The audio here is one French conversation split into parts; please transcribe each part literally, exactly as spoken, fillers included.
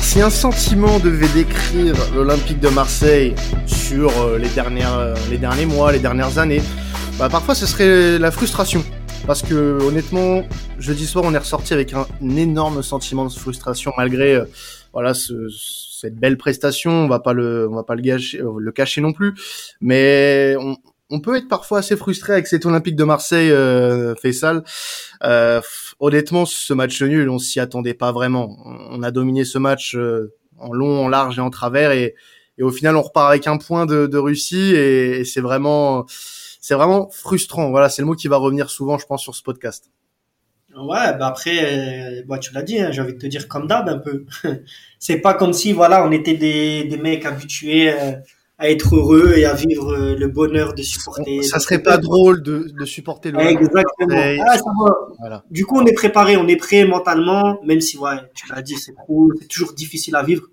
si un sentiment devait décrire l'Olympique de Marseille sur euh, les, dernières, euh, les derniers mois, les dernières années, bah, parfois ce serait la frustration. Parce que honnêtement, jeudi soir, on est ressorti avec un, un énorme sentiment de frustration malgré euh, voilà ce, cette belle prestation. On va pas le, on va pas le, gâcher, euh, le cacher non plus, mais on, on peut être parfois assez frustré avec cet Olympique de Marseille, euh, Faisal. Euh, honnêtement, ce match nul, on s'y attendait pas vraiment. On a dominé ce match euh, en long, en large et en travers, et, et au final, on repart avec un point de, de Russie, et, et c'est vraiment, c'est vraiment frustrant. Voilà, c'est le mot qui va revenir souvent, je pense, sur ce podcast. Ouais, bah après, euh, bah tu l'as dit, hein, j'ai envie de te dire comme d'hab un peu. C'est pas comme si, voilà, on était des, des mecs habitués euh, à être heureux et à vivre euh, le bonheur de supporter. Ça serait pas drôle de, de supporter le. Exactement. Ah, ça va. Voilà. Du coup, on est préparé, on est prêt mentalement, même si, ouais, tu l'as dit, c'est cool, c'est toujours difficile à vivre.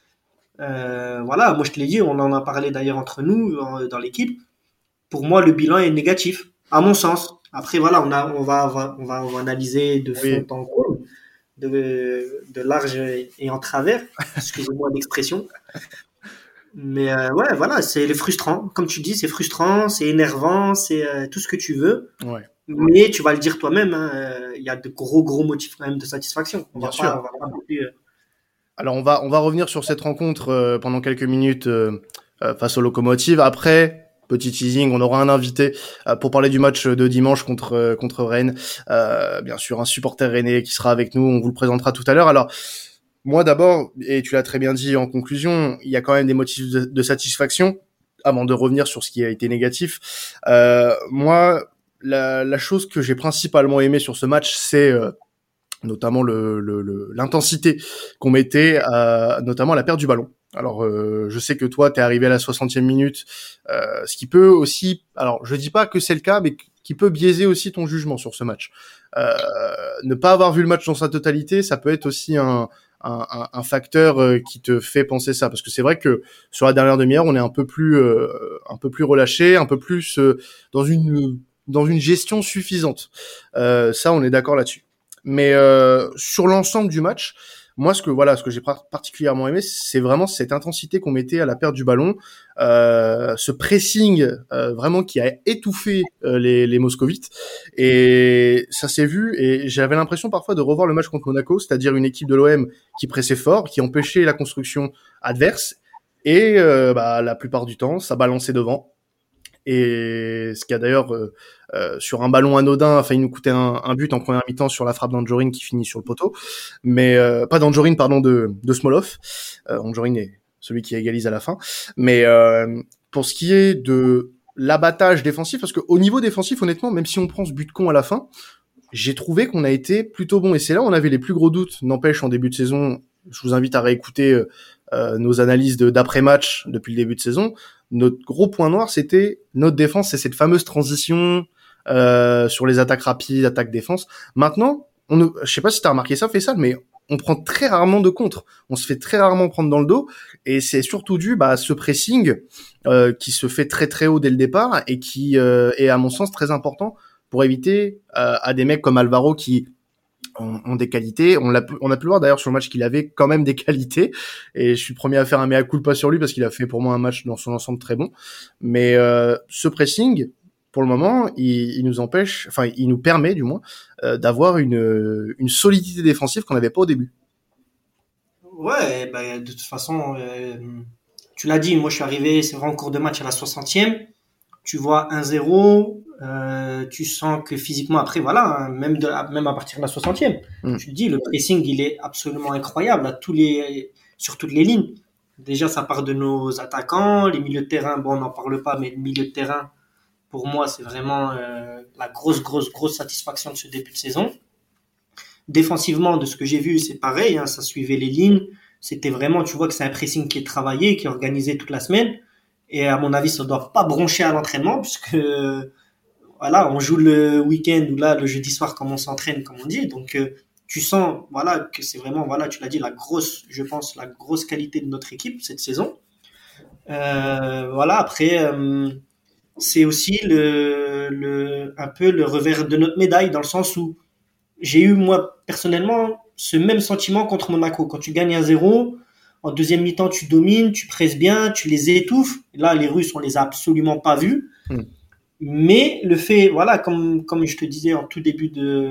Euh, voilà, moi je te l'ai dit, on en a parlé d'ailleurs entre nous dans l'équipe. Pour moi, le bilan est négatif, à mon sens. Après, voilà, on a, on va, on va, on va, on va analyser de fond oui. en comble, de, de large et en travers. Excusez-moi l'expression. Mais euh, ouais, voilà, c'est frustrant. Comme tu dis, c'est frustrant, c'est énervant, c'est euh, tout ce que tu veux. Ouais. Mais tu vas le dire toi-même, il hein, euh, y a de gros, gros motifs quand même de satisfaction. On Bien va sûr. Pas, on va pas plus, euh... Alors, on va, on va revenir sur cette rencontre euh, pendant quelques minutes euh, euh, face aux Locomotives. Après, petit teasing, on aura un invité euh, pour parler du match de dimanche contre euh, contre Rennes. Euh, bien sûr, un supporter rennais qui sera avec nous. On vous le présentera tout à l'heure. Alors, moi d'abord, et tu l'as très bien dit en conclusion, il y a quand même des motifs de, de satisfaction. Avant de revenir sur ce qui a été négatif, euh, moi, la, la chose que j'ai principalement aimé sur ce match, c'est euh, notamment le, le, le, l'intensité qu'on mettait, à, notamment à la perte du ballon. Alors, euh, je sais que toi, t'es arrivé à la soixantième minute, euh, ce qui peut aussi, alors je dis pas que c'est le cas, mais qui peut biaiser aussi ton jugement sur ce match. Euh, ne pas avoir vu le match dans sa totalité, ça peut être aussi un, un, un, un facteur euh, qui te fait penser ça, parce que c'est vrai que sur la dernière demi-heure, on est un peu plus, euh, un peu plus relâché, un peu plus euh, dans une, dans une gestion suffisante. Euh, ça, on est d'accord là-dessus. Mais euh, sur l'ensemble du match, moi, ce que voilà, ce que j'ai particulièrement aimé, c'est vraiment cette intensité qu'on mettait à la perte du ballon, euh, ce pressing euh, vraiment qui a étouffé euh, les, les moscovites, et ça s'est vu. Et j'avais l'impression parfois de revoir le match contre Monaco, c'est-à-dire une équipe de l'O M qui pressait fort, qui empêchait la construction adverse, et euh, bah, la plupart du temps, ça balançait devant. Et ce qui a d'ailleurs euh, euh, sur un ballon anodin a failli nous coûter un, un but en première mi-temps sur la frappe d'Anjorin qui finit sur le poteau, mais euh, pas d'Anjorin, pardon, de, de Smolov. Euh, Anjorin est celui qui égalise à la fin. Mais euh, pour ce qui est de l'abattage défensif, parce qu'au niveau défensif, honnêtement, même si on prend ce but con à la fin, j'ai trouvé qu'on a été plutôt bon. Et c'est là où on avait les plus gros doutes. N'empêche, en début de saison, je vous invite à réécouter euh, euh, nos analyses de, d'après-match depuis le début de saison. Notre gros point noir, c'était notre défense, c'est cette fameuse transition euh, sur les attaques rapides, attaque-défense. Maintenant, on ne, je sais pas si t'as remarqué ça, fait ça, mais on prend très rarement de contre. On se fait très rarement prendre dans le dos, et c'est surtout dû bah, à ce pressing euh, qui se fait très très haut dès le départ et qui euh, est à mon sens très important pour éviter euh, à des mecs comme Alvaro qui ont, ont des qualités. On l'a, on a pu le voir d'ailleurs sur le match qu'il avait quand même des qualités, et je suis le premier à faire un mea culpa sur lui parce qu'il a fait pour moi un match dans son ensemble très bon. Mais euh, ce pressing, pour le moment, il, il nous empêche, enfin, il nous permet du moins euh, d'avoir une, une solidité défensive qu'on n'avait pas au début. Ouais, bah, de toute façon, euh, tu l'as dit, moi je suis arrivé, c'est vrai, en cours de match à la soixantième. Tu vois un zéro, euh, tu sens que physiquement, après, voilà, hein, même, de, même à partir de la soixantième, mmh. tu te dis, le pressing, il est absolument incroyable à tous les, sur toutes les lignes. Déjà, ça part de nos attaquants, les milieux de terrain, bon, on n'en parle pas, mais le milieu de terrain, pour moi, c'est vraiment euh, la grosse, grosse, grosse satisfaction de ce début de saison. Défensivement, de ce que j'ai vu, c'est pareil, hein, ça suivait les lignes. C'était vraiment, tu vois que c'est un pressing qui est travaillé, qui est organisé toute la semaine. Et à mon avis, ça ne doit pas broncher à l'entraînement, puisque voilà, on joue le week-end ou là, le jeudi soir, comme on s'entraîne, comme on dit. Donc, euh, tu sens voilà, que c'est vraiment, voilà, tu l'as dit, la grosse, je pense, la grosse qualité de notre équipe cette saison. Euh, voilà, après, euh, c'est aussi le, le, un peu le revers de notre médaille, dans le sens où j'ai eu, moi, personnellement, ce même sentiment contre Monaco. Quand tu gagnes un zéro, En deuxième mi-temps, tu domines, tu presses bien, tu les étouffes. Là, les Russes, on les a absolument pas vus. Mm. Mais le fait, voilà, comme, comme je te disais en tout début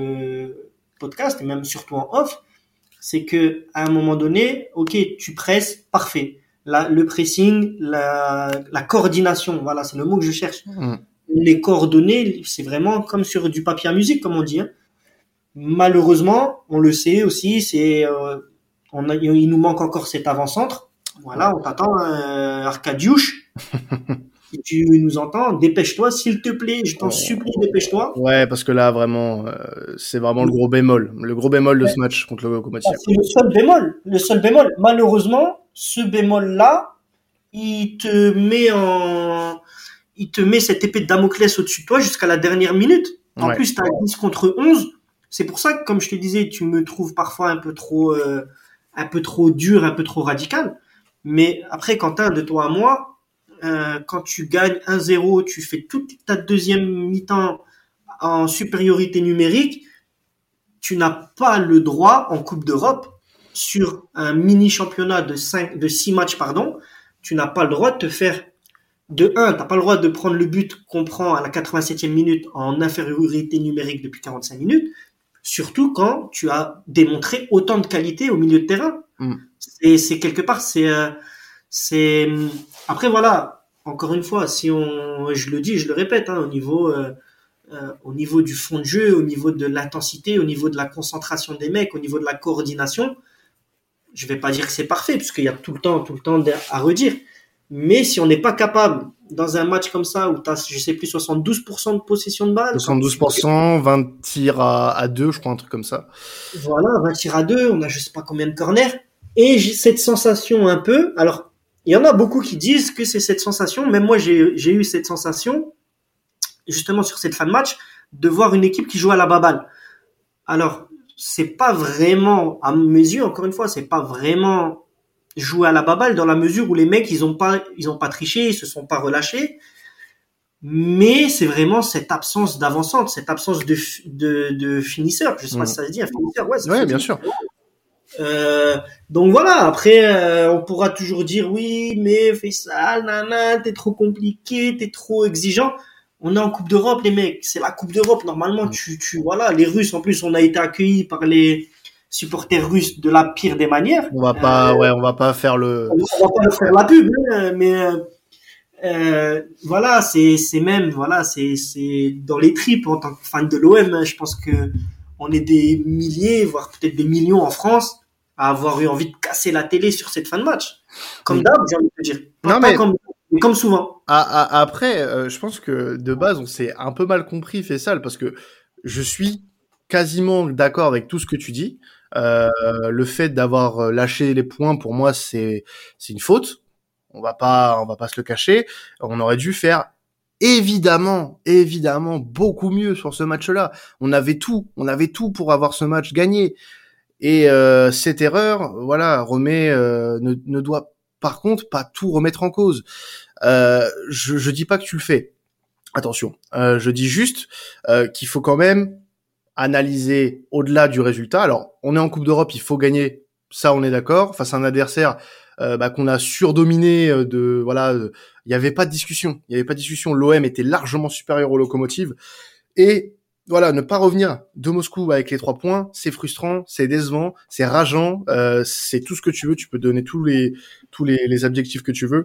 de podcast, et même surtout en off, c'est que à un moment donné, ok, tu presses, parfait. La, le pressing, la, la coordination, voilà, c'est le mot que je cherche. Mmh. Les coordonnées, c'est vraiment comme sur du papier à musique, comme on dit. Hein. Malheureusement, on le sait aussi, c'est, euh, on a, il nous manque encore cet avant-centre. Voilà, on t'attend, euh, Arkadiusz. Si tu nous entends, dépêche-toi, s'il te plaît, je t'en supplie, dépêche-toi. Ouais, parce que là, vraiment, euh, c'est vraiment le gros bémol, le gros bémol de ouais. ce match contre le Lokomotiv. C'est le seul bémol, le seul bémol. Malheureusement, ce bémol-là, il te met en, il te met cette épée de Damoclès au-dessus de toi jusqu'à la dernière minute. En ouais. plus, t'as dix contre onze. C'est pour ça que, comme je te disais, tu me trouves parfois un peu trop, euh, un peu trop dur, un peu trop radical. Mais après, Quentin, de toi à moi, Euh, quand tu gagnes un zéro, tu fais toute ta deuxième mi-temps en supériorité numérique, tu n'as pas le droit en Coupe d'Europe sur un mini championnat de cinq, de six matchs, pardon, tu n'as pas le droit de te faire de un, t'as pas le droit de prendre le but qu'on prend à la quatre-vingt-septième minute en infériorité numérique depuis quarante-cinq minutes, surtout quand tu as démontré autant de qualité au milieu de terrain. Mm. C'est, c'est quelque part, c'est, euh, c'est, après voilà, encore une fois, si on, je le dis, je le répète, hein, au niveau, euh, euh, au niveau du fond de jeu, au niveau de l'intensité, au niveau de la concentration des mecs, au niveau de la coordination, je vais pas dire que c'est parfait, puisqu'il y a tout le temps, tout le temps à redire. Mais si on n'est pas capable, dans un match comme ça, où tu as, je sais plus, soixante-douze pour cent de possession de balle. soixante-douze pour cent, tu... vingt tirs à, à deux, je crois, un truc comme ça. Voilà, vingt tirs à deux, on a je sais pas combien de corners. Et j'ai cette sensation un peu, alors, il y en a beaucoup qui disent que c'est cette sensation, même moi j'ai, j'ai eu cette sensation, justement sur cette fin de match, de voir une équipe qui joue à la baballe. Alors, c'est pas vraiment, à mes yeux, encore une fois, c'est pas vraiment jouer à la baballe dans la mesure où les mecs, ils ont pas, ils ont pas triché, ils se sont pas relâchés. Mais c'est vraiment cette absence d'avancante, cette absence de, de, de finisseur. Je sais pas mmh. si ça se dit, un finisseur. Ouais, ouais bien sûr. Euh, donc voilà, après, euh, on pourra toujours dire oui, mais Faisal, nana, t'es trop compliqué, t'es trop exigeant. On est en Coupe d'Europe, les mecs. C'est la Coupe d'Europe. Normalement, tu, tu, voilà, les Russes, en plus, on a été accueillis par les supporters russes de la pire des manières. On va pas, euh, ouais, on va pas faire le. On va pas faire la pub, mais, mais euh, voilà, c'est, c'est même, voilà, c'est, c'est dans les tripes en tant que fan de l'O M. Hein, je pense que on est des milliers, voire peut-être des millions en France à avoir eu envie de casser la télé sur cette fin de match. Comme oui. d'hab, j'ai envie de te dire. Pas, non, pas mais... comme, comme souvent. À, à, après, euh, je pense que de base, on s'est un peu mal compris, Faisal, parce que je suis quasiment d'accord avec tout ce que tu dis. Euh, le fait d'avoir lâché les points, pour moi, c'est c'est une faute. On va pas, on va pas se le cacher. On aurait dû faire évidemment, évidemment beaucoup mieux sur ce match-là. On avait tout, on avait tout pour avoir ce match gagné. Et euh, cette erreur, voilà, remet, euh, ne, ne doit par contre pas tout remettre en cause. Euh, je, je dis pas que tu le fais. Attention, euh, je dis juste euh, qu'il faut quand même analyser au-delà du résultat. Alors, on est en Coupe d'Europe, il faut gagner. Ça, on est d'accord. Face à un adversaire euh, bah, qu'on a surdominé. De voilà, il euh, y avait pas de discussion. Il y avait pas de discussion. L'O M était largement supérieur au Lokomotiv. Et voilà, ne pas revenir de Moscou avec les trois points, c'est frustrant, c'est décevant, c'est rageant. Euh, c'est tout ce que tu veux. Tu peux donner tous les tous les, les objectifs que tu veux.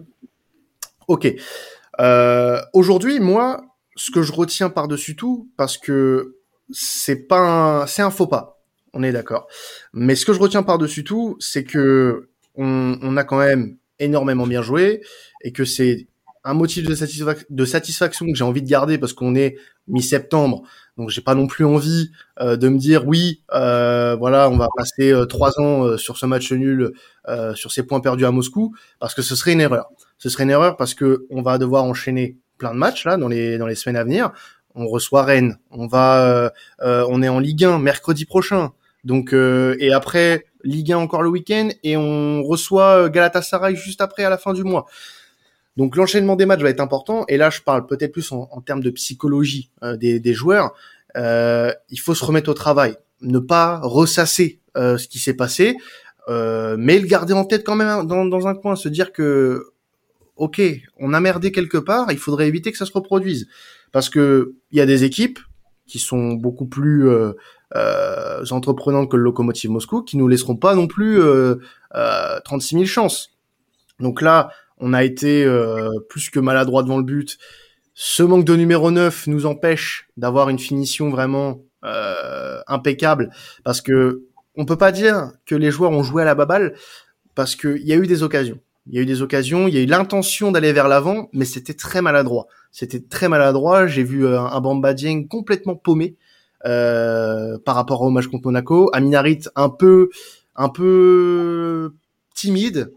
Ok. Euh, aujourd'hui, moi, ce que je retiens par-dessus tout, parce que c'est pas un, c'est un faux pas, on est d'accord. Mais ce que je retiens par-dessus tout, c'est que on, on a quand même énormément bien joué et que c'est un motif de, satisfac- de satisfaction que j'ai envie de garder parce qu'on est mi-septembre, donc j'ai pas non plus envie euh, de me dire oui, euh, voilà, on va passer euh, trois ans euh, sur ce match nul, euh, sur ces points perdus à Moscou, parce que ce serait une erreur. Ce serait une erreur parce que on va devoir enchaîner plein de matchs là dans les dans les semaines à venir. On reçoit Rennes, on va, euh, euh, on est en Ligue un mercredi prochain, donc euh, et après Ligue un encore le week-end et on reçoit Galatasaray juste après à la fin du mois. Donc l'enchaînement des matchs va être important et là je parle peut-être plus en, en termes de psychologie euh, des, des joueurs. Euh, il faut se remettre au travail, ne pas ressasser euh, ce qui s'est passé. euh, mais le garder en tête quand même dans, dans un coin, se dire que ok, on a merdé quelque part, il faudrait éviter que ça se reproduise, parce que il y a des équipes qui sont beaucoup plus euh, euh, entreprenantes que le Lokomotiv Moscou, qui nous laisseront pas non plus euh, euh, trente-six mille chances. Donc là, on a été euh, plus que maladroit devant le but. Ce manque de numéro neuf nous empêche d'avoir une finition vraiment euh, impeccable, parce que on peut pas dire que les joueurs ont joué à la baballe, parce qu'il y a eu des occasions. Il y a eu des occasions, il y a eu l'intention d'aller vers l'avant, mais c'était très maladroit. C'était très maladroit. J'ai vu un, un Bamba Dieng complètement paumé euh, par rapport au match contre Monaco. Amin Harit un peu, un peu timide.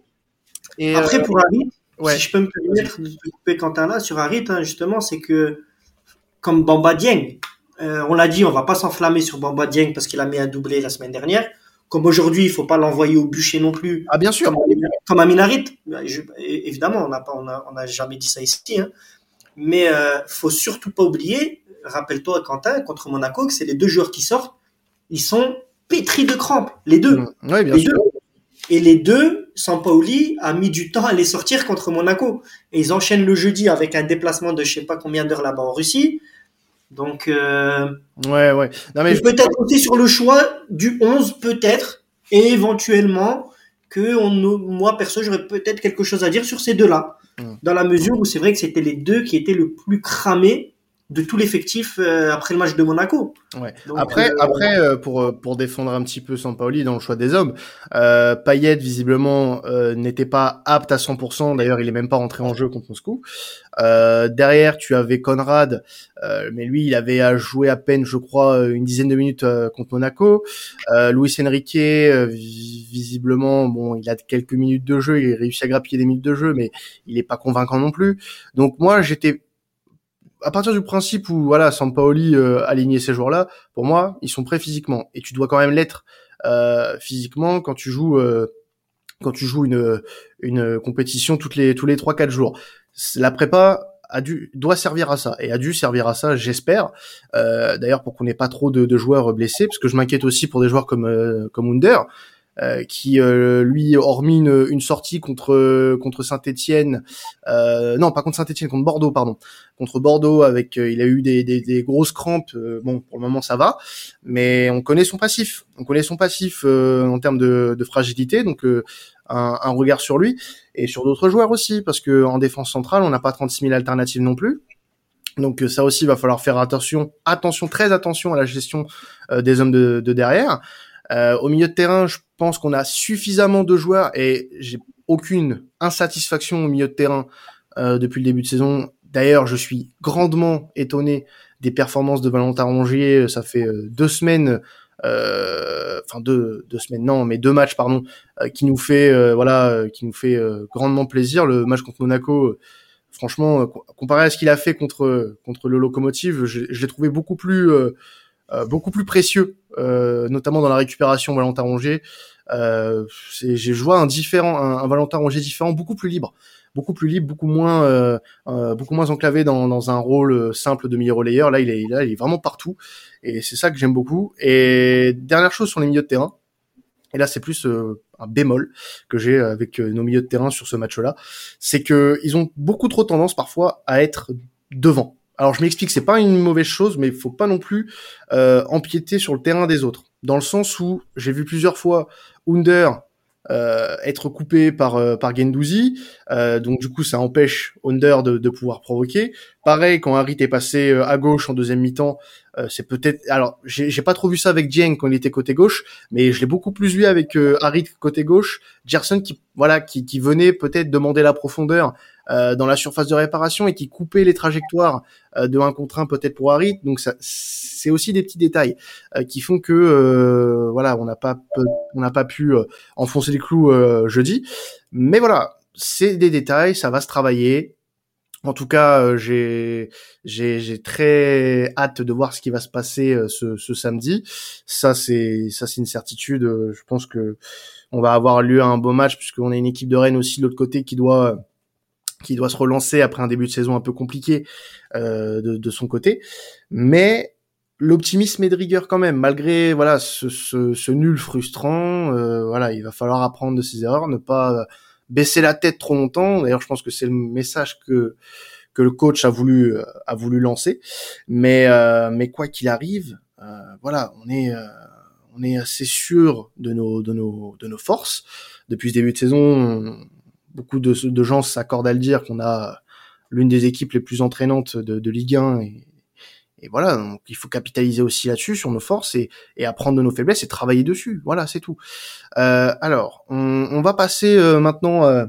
Et Après, euh, pour Harit, ouais. si je peux me permettre de couper Quentin là sur Harit, hein, justement, c'est que comme Bamba Dieng, euh, on l'a dit, on va pas s'enflammer sur Bamba Dieng parce qu'il a mis un doublé la semaine dernière. Comme aujourd'hui, il faut pas l'envoyer au bûcher non plus. Ah bien sûr. Comme, comme Amin Harit, évidemment, on n'a pas, on a, on a jamais dit ça ici. Hein. Mais euh, faut surtout pas oublier, rappelle-toi Quentin, contre Monaco, que c'est les deux joueurs qui sortent, ils sont pétris de crampes, les deux. Mmh. Oui, bien les sûr. Deux. Et les deux, Sampaoli a mis du temps à les sortir contre Monaco. Et ils enchaînent le jeudi avec un déplacement de je sais pas combien d'heures là-bas en Russie. Donc, euh, ouais, ouais. Non, mais je... peut-être aussi sur le choix du onze, peut-être, et éventuellement que on, moi perso, j'aurais peut-être quelque chose à dire sur ces deux-là, mmh. dans la mesure où c'est vrai que c'était les deux qui étaient le plus cramés de tout l'effectif euh, après le match de Monaco. Ouais. Donc, après, euh, après euh, pour pour défendre un petit peu Sampaoli dans le choix des hommes, euh, Payet visiblement euh, n'était pas apte à cent pour cent. D'ailleurs, il est même pas rentré en jeu contre Moscou. Euh, derrière, tu avais Conrad, euh, mais lui, il avait à jouer à peine, je crois, une dizaine de minutes euh, contre Monaco. Euh, Luis Enrique, euh, visiblement, bon, il a quelques minutes de jeu, il réussit à grappiller des minutes de jeu, mais il est pas convaincant non plus. Donc moi, j'étais à partir du principe où voilà, Sampaoli euh, alignait ces joueurs-là, pour moi, ils sont prêts physiquement, et tu dois quand même l'être euh, physiquement quand tu joues euh, quand tu joues une une compétition toutes les tous les trois quatre jours. La prépa a dû doit servir à ça et a dû servir à ça, j'espère. Euh, d'ailleurs pour qu'on n'ait pas trop de, de joueurs blessés, parce que je m'inquiète aussi pour des joueurs comme euh, comme Under. Euh, qui euh, lui, hormis une, une sortie contre contre Saint-Étienne, euh, non pas contre Saint-Étienne, contre Bordeaux, pardon, contre Bordeaux, avec euh, il a eu des, des, des grosses crampes. Euh, bon, pour le moment ça va, mais on connaît son passif, on connaît son passif euh, en termes de, de fragilité, donc euh, un, un regard sur lui et sur d'autres joueurs aussi, parce que en défense centrale, on n'a pas trente-six mille alternatives non plus. Donc ça aussi, il va falloir faire attention, attention, très attention à la gestion euh, des hommes de, de derrière. Euh, au milieu de terrain, je pense qu'on a suffisamment de joueurs et j'ai aucune insatisfaction au milieu de terrain euh, depuis le début de saison. D'ailleurs, je suis grandement étonné des performances de Valentin Rongier. Ça fait euh, deux semaines, euh, enfin deux deux semaines non, mais deux matchs pardon, euh, qui nous fait euh, voilà, euh, qui nous fait euh, grandement plaisir. Le match contre Monaco, euh, franchement, euh, comparé à ce qu'il a fait contre contre le Lokomotiv, je, je l'ai trouvé beaucoup plus euh, Euh, beaucoup plus précieux, euh, notamment dans la récupération. Valentin Rongier, euh, c'est, je vois un différent, un, un Valentin Rongier différent, beaucoup plus libre, beaucoup plus libre, beaucoup moins, euh, euh, beaucoup moins enclavé dans, dans un rôle simple de milieu relayeur. Là, il est, là, il est vraiment partout, et c'est ça que j'aime beaucoup. Et dernière chose sur les milieux de terrain, et là c'est plus euh, un bémol que j'ai avec euh, nos milieux de terrain sur ce match-là, c'est que ils ont beaucoup trop tendance parfois à être devant. Alors je m'explique, c'est pas une mauvaise chose, mais il faut pas non plus euh, empiéter sur le terrain des autres. Dans le sens où j'ai vu plusieurs fois Under euh, être coupé par euh, par Guendouzi, euh, donc du coup ça empêche Under de, de pouvoir provoquer. Pareil quand Harit est passé euh, à gauche en deuxième mi-temps, euh, c'est peut-être. Alors j'ai, j'ai pas trop vu ça avec Dieng quand il était côté gauche, mais je l'ai beaucoup plus vu avec euh, Harit côté gauche. Gerson qui voilà qui qui venait peut-être demander la profondeur Euh, dans la surface de réparation et qui coupait les trajectoires euh, de un contre un peut-être pour Harit. Donc ça, c'est aussi des petits détails euh, qui font que euh, voilà, on n'a pas on n'a pas pu euh, enfoncer les clous euh, jeudi. Mais voilà, c'est des détails, ça va se travailler. En tout cas, euh, j'ai j'ai j'ai très hâte de voir ce qui va se passer euh, ce, ce samedi. Ça c'est ça c'est une certitude. Euh, je pense que on va avoir lieu à un beau match puisqu'on a une équipe de Rennes aussi de l'autre côté qui doit qui doit se relancer après un début de saison un peu compliqué euh, de, de son côté. Mais l'optimisme est de rigueur quand même, malgré voilà ce, ce, ce nul frustrant. Euh, voilà, il va falloir apprendre de ses erreurs, ne pas baisser la tête trop longtemps. D'ailleurs, je pense que c'est le message que que le coach a voulu a voulu lancer. Mais euh, mais quoi qu'il arrive, euh, voilà, on est euh, on est assez sûr de nos de nos de nos forces. Depuis ce début de saison, on, beaucoup de de gens s'accordent à le dire qu'on a l'une des équipes les plus entraînantes de, de Ligue un et Et voilà, donc il faut capitaliser aussi là-dessus, sur nos forces, et, et apprendre de nos faiblesses et travailler dessus. Voilà, c'est tout. Euh, alors, on, on va passer euh, maintenant euh,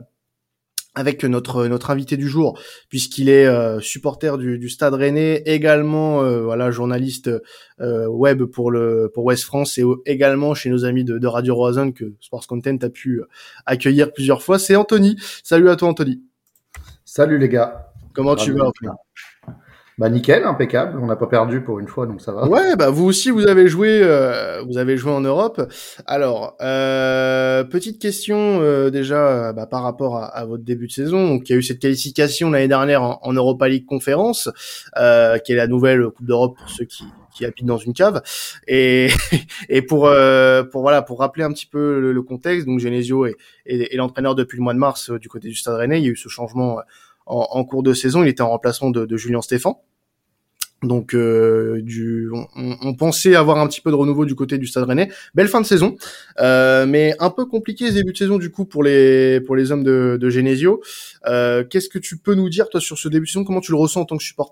avec notre notre invité du jour, puisqu'il est euh, supporter du, du Stade Rennais, également euh, voilà journaliste euh, web pour le pour Ouest France et également chez nos amis de, de Radio Roazhon que Sports Content a pu accueillir plusieurs fois. C'est Anthony. Salut à toi, Anthony. Salut les gars. Comment tu vas, Anthony ? Bah nickel, impeccable. On n'a pas perdu pour une fois, donc ça va. Ouais, bah vous aussi vous avez joué, euh, vous avez joué en Europe. Alors, euh, petite question euh, déjà bah, par rapport à, à votre début de saison. Donc il y a eu cette qualification l'année dernière en, en Europa League Conférence, euh, qui est la nouvelle Coupe d'Europe pour ceux qui qui habitent dans une cave. Et et pour euh, pour voilà pour rappeler un petit peu le, le contexte. Donc Genesio est, est, est l'entraîneur depuis le mois de mars euh, du côté du Stade Rennais. Il y a eu ce changement En, en cours de saison, il était en remplacement de, de Julien Stéphan. Donc, euh, du, on, on pensait avoir un petit peu de renouveau du côté du Stade Rennais. Belle fin de saison, euh, mais un peu compliqué ce début de saison du coup pour les pour les hommes de, de Genesio. Euh, qu'est-ce que tu peux nous dire toi sur ce début de saison ? Comment tu le ressens en tant que supporter ?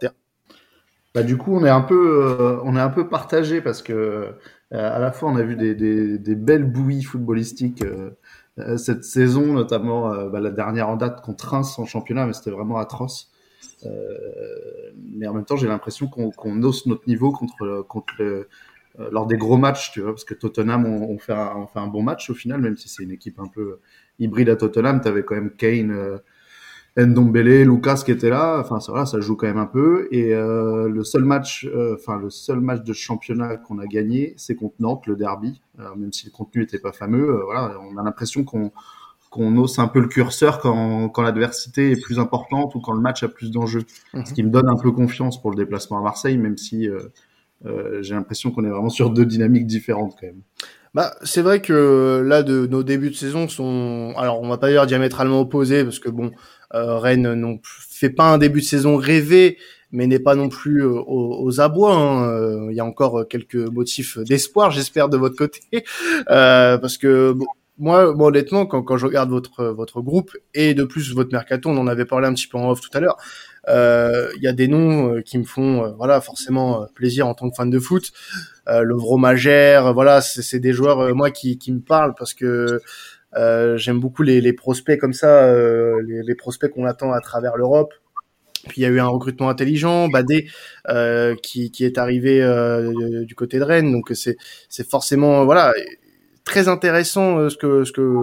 Bah du coup, on est un peu, euh, on est un peu partagé parce que euh, à la fois on a vu des des, des belles bouillies footballistiques. Euh, cette saison, notamment euh, bah, la dernière en date contre Reims en championnat, mais c'était vraiment atroce. Euh, mais en même temps, j'ai l'impression qu'on, qu'on hausse notre niveau contre, contre le, euh, lors des gros matchs, tu vois, parce que Tottenham ont, ont, fait un, ont fait un bon match au final, même si c'est une équipe un peu hybride à Tottenham. T'avais quand même Kane, euh, Ndombele, Lucas qui étaient là. Enfin, ça, voilà, ça joue quand même un peu. Et euh, le seul match, enfin euh, le seul match de championnat qu'on a gagné, c'est contre Nantes, le derby. Euh, même si le contenu était pas fameux, euh, voilà, on a l'impression qu'on qu'on hausse un peu le curseur quand quand l'adversité est plus importante ou quand le match a plus d'enjeux. Mmh. Ce qui me donne un peu confiance pour le déplacement à Marseille, même si euh, euh, j'ai l'impression qu'on est vraiment sur deux dynamiques différentes quand même. Bah, c'est vrai que là, de nos débuts de saison sont, alors on va pas dire diamétralement opposés parce que bon, euh, Rennes non fait pas un début de saison rêvé, mais n'est pas non plus euh, aux, aux abois. Hein. Euh, il y a encore quelques motifs d'espoir, j'espère, de votre côté, euh, parce que bon, moi, moi, honnêtement, quand, quand je regarde votre votre groupe et de plus votre mercato, on en avait parlé un petit peu en off tout à l'heure. Il euh, y a des noms euh, qui me font, euh, voilà, forcément euh, plaisir en tant que fan de foot. Euh, Lovro Magère, voilà, c'est, c'est des joueurs euh, moi qui qui me parlent parce que euh, j'aime beaucoup les les prospects comme ça, euh, les, les prospects qu'on attend à travers l'Europe. Puis il y a eu un recrutement intelligent, Badé, euh, qui qui est arrivé euh, du côté de Rennes, donc c'est c'est forcément voilà très intéressant euh, ce que ce que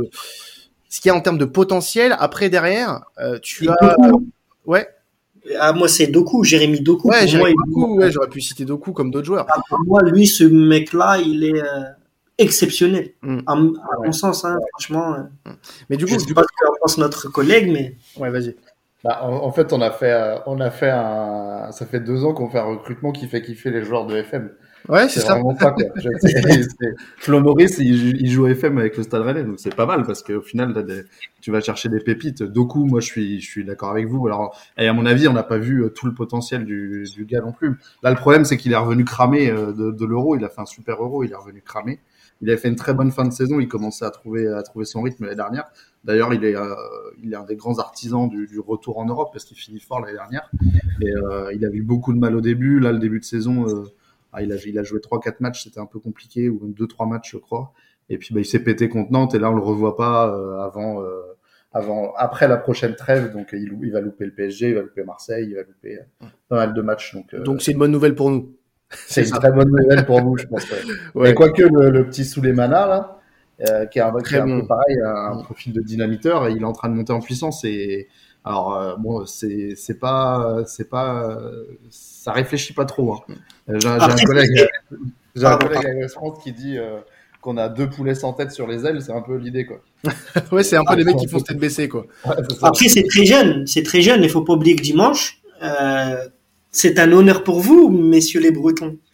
ce qu'il y a en termes de potentiel. Après derrière, euh, tu Et as Doku. ouais. Ah, moi, c'est Doku, Jérémy Doku. Ouais, pour Jérémy moi, Doku, il... ouais, j'aurais pu citer Doku comme d'autres joueurs. Ah, pour moi, lui, ce mec-là, il est euh, exceptionnel. Mm. À, à ouais. mon sens, hein, franchement. Mm. Mais du coup, je sais du pas coup... ce qu'en pense notre collègue, mais. Ouais, vas-y. Bah, en, en fait, on a fait, on a fait un, ça fait deux ans qu'on fait un recrutement qui fait kiffer les joueurs de F M. Ouais, c'est, c'est ça. vraiment ça, quoi. Je, c'est, c'est... Flo Maurice, il, il joue F M avec le Stade Rennais, donc c'est pas mal parce qu'au final, t'as des... tu vas chercher des pépites. Doku, moi, je suis, je suis d'accord avec vous. Alors, et à mon avis, on n'a pas vu tout le potentiel du, du gars non plus. Là, le problème, c'est qu'il est revenu cramé de, de l'Euro. Il a fait un super Euro, il est revenu cramé. Il avait fait une très bonne fin de saison. Il commençait à trouver, à trouver son rythme l'année dernière. D'ailleurs, il est, euh, il est un des grands artisans du, du retour en Europe parce qu'il finit fort l'année dernière. Et euh, il a eu beaucoup de mal au début. Là, le début de saison. Euh, Ah, il a, il a joué trois quatre matchs, c'était un peu compliqué, ou deux trois matchs, je crois. Et puis, bah, il s'est pété contre Nantes, et là, on le revoit pas euh, avant, euh, avant, après la prochaine trêve. Donc, il, il va louper le P S G, il va louper Marseille, il va louper euh, pas mal de matchs. Donc, euh, donc c'est une bonne nouvelle pour nous. C'est, c'est une très bonne nouvelle pour vous, je pense. Ouais. Ouais. Et quoique le, le petit Souleymana, là, euh, qui est un, qui est un bon. peu pareil, un, un profil de dynamiteur, et il est en train de monter en puissance. Et alors, euh, bon, c'est, c'est pas, c'est pas, ça réfléchit pas trop. Hein. J'ai, j'ai Après, un collègue, j'ai un collègue à West France qui dit euh, qu'on a deux poulets sans tête sur les ailes, c'est un peu l'idée, quoi. Ouais, c'est un peu ah, les mecs qui font tête baissée, quoi. Ouais, c'est Après, c'est très jeune, c'est très jeune. Il faut pas oublier que dimanche, euh, c'est un honneur pour vous, messieurs les Bretons.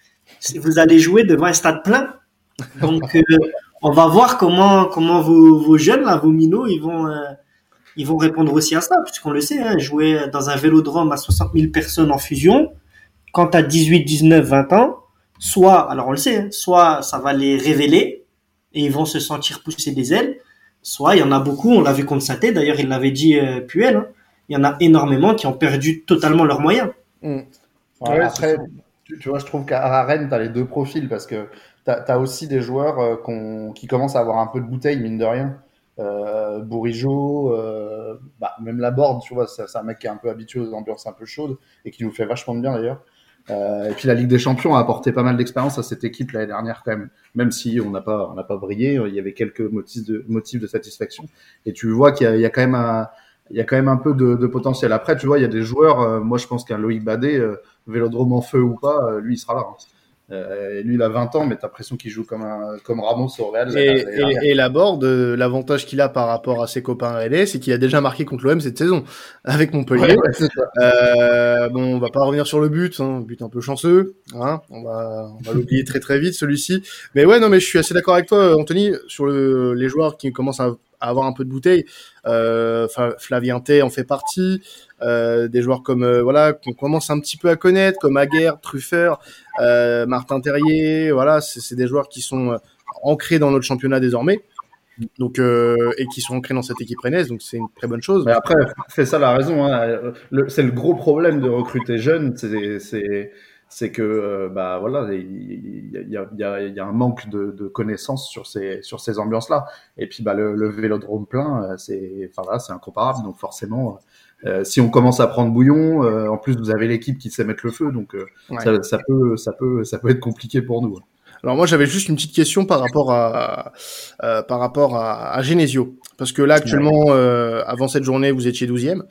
vous allez jouer devant un stade plein. Donc, euh, on va voir comment comment vos, vos jeunes, là, vos minots, ils vont euh, ils vont répondre aussi à ça, puisqu'on le sait, hein, jouer dans un vélodrome à soixante mille personnes en fusion, quand t'as dix-huit, dix-neuf, vingt ans, soit, alors on le sait, hein, soit ça va les révéler et ils vont se sentir pousser des ailes, soit il y en a beaucoup, on l'a vu contre Saint-Étienne, d'ailleurs il l'avait dit euh, Puel, hein, il y en a énormément qui ont perdu totalement leurs moyens. Mmh. Ouais, ouais, après, tu, tu vois, je trouve qu'à Rennes, tu as les deux profils parce que tu as aussi des joueurs euh, qu'on, qui commencent à avoir un peu de bouteille, mine de rien. Euh, Bourigeaud, euh, bah, même Laborde, tu vois, c'est, c'est un mec qui est un peu habitué aux ambiances un peu chaudes et qui nous fait vachement de bien d'ailleurs. Euh, et puis la Ligue des Champions a apporté pas mal d'expérience à cette équipe l'année dernière quand même, même si on n'a pas, on n'a pas brillé, il y avait quelques motifs de, motifs de satisfaction. Et tu vois qu'il y a, il y a quand même un, il y a quand même un peu de, de potentiel. Après, tu vois, il y a des joueurs, euh, moi je pense qu'un Loïc Badet, euh, Vélodrome en feu ou pas, euh, lui il sera là. Hein. Euh, et lui, il a vingt ans, mais t'as l'impression qu'il joue comme un, comme Ramos au Real. Et, et, et Laborde, euh, l'avantage qu'il a par rapport à ses copains L A, c'est qu'il a déjà marqué contre l'O M cette saison avec Montpellier. Ouais, ouais, c'est ça. Euh, bon, on va pas revenir sur le but, hein, but un peu chanceux, hein. On va, on va l'oublier très très vite celui-ci. Mais ouais, non, mais je suis assez d'accord avec toi, Anthony, sur le, les joueurs qui commencent à, à avoir un peu de bouteille. Euh, Flavien Tay en fait partie. Euh, des joueurs comme euh, voilà qu'on commence un petit peu à connaître, comme Aguerre, Truffert, euh, Martin Terrier, voilà, c'est, c'est des joueurs qui sont ancrés dans notre championnat désormais, donc euh, et qui sont ancrés dans cette équipe rennaise, donc c'est une très bonne chose. Mais après, c'est ça la raison. Hein. Le, c'est le gros problème de recruter jeunes, c'est c'est c'est que euh, bah voilà, il y a il y a il y a un manque de, de connaissances sur ces sur ces ambiances-là. Et puis bah le, le Vélodrome plein, c'est enfin là, c'est incomparable. Donc forcément. Euh, si on commence à prendre bouillon, euh, en plus vous avez l'équipe qui sait mettre le feu, donc euh, ouais. ça, ça peut, ça peut, ça peut être compliqué pour nous. Alors moi j'avais juste une petite question par rapport à, euh, par rapport à, à Genesio, parce que là actuellement, euh, avant cette journée, vous étiez douzième,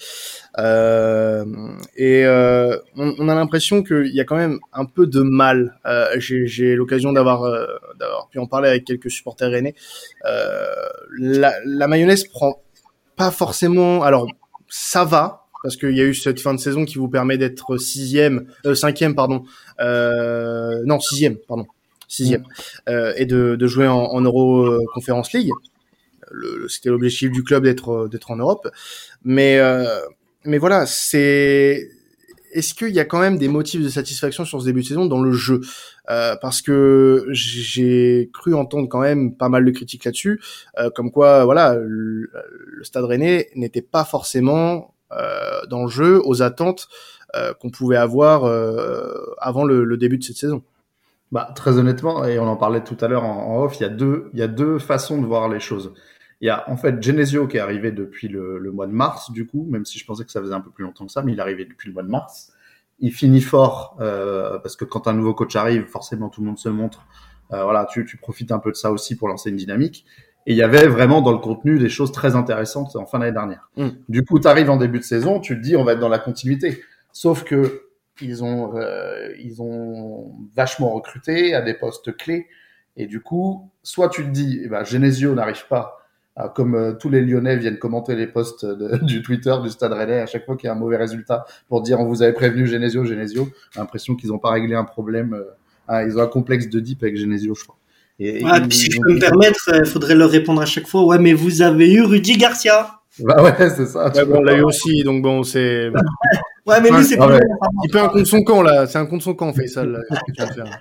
euh, et euh, on, on a l'impression qu'il y a quand même un peu de mal. Euh, j'ai, j'ai l'occasion d'avoir, euh, d'avoir pu en parler avec quelques supporters rennais. Euh, la, la mayonnaise prend pas forcément. Alors ça va, parce qu'il y a eu cette fin de saison qui vous permet d'être sixième, euh, cinquième, pardon, euh, non, sixième, pardon, sixième, mmh. euh, et de, de jouer en, en Euro Conference League. Le, c'était l'objectif du club d'être, d'être en Europe. Mais, euh, mais voilà, c'est, est-ce qu'il y a quand même des motifs de satisfaction sur ce début de saison dans le jeu? Euh, parce que j'ai cru entendre quand même pas mal de critiques là-dessus, euh, comme quoi, voilà, le, le Stade Rennais n'était pas forcément euh, dans le jeu aux attentes euh, qu'on pouvait avoir euh, avant le, le début de cette saison. Bah, très honnêtement, et on en parlait tout à l'heure en, en off, il y a deux, il y a deux façons de voir les choses. Il y a en fait Genesio qui est arrivé depuis le, le mois de mars, du coup, même si je pensais que ça faisait un peu plus longtemps que ça, mais il est arrivé depuis le mois de mars. Il finit fort euh, parce que quand un nouveau coach arrive, forcément tout le monde se montre. Euh, voilà, tu, tu profites un peu de ça aussi pour lancer une dynamique. Et il y avait vraiment dans le contenu des choses très intéressantes en fin d'année dernière. Mm. Du coup, tu arrives en début de saison, tu te dis on va être dans la continuité. Sauf que ils ont euh, ils ont vachement recruté à des postes clés. Et du coup, soit tu te dis eh ben Genesio n'arrive pas. Euh, comme euh, tous les Lyonnais viennent commenter les posts de, du Twitter du Stade Rennais à chaque fois qu'il y a un mauvais résultat pour dire on vous avait prévenu Genesio, Genesio. J'ai l'impression qu'ils n'ont pas réglé un problème. Euh, hein, ils ont un complexe de deep avec Genesio, je crois. Et, ouais, et puis si je peux me permettre, il euh, faudrait leur répondre à chaque fois. Ouais, mais vous avez eu Rudy Garcia. Bah ouais, c'est ça. Ouais, bon, on l'a eu aussi, donc bon, c'est. Ouais, mais lui, c'est ah plus. Ouais. Il peut un contre son camp là. C'est un contre son camp, fait ça. Là, ce que tu vas faire.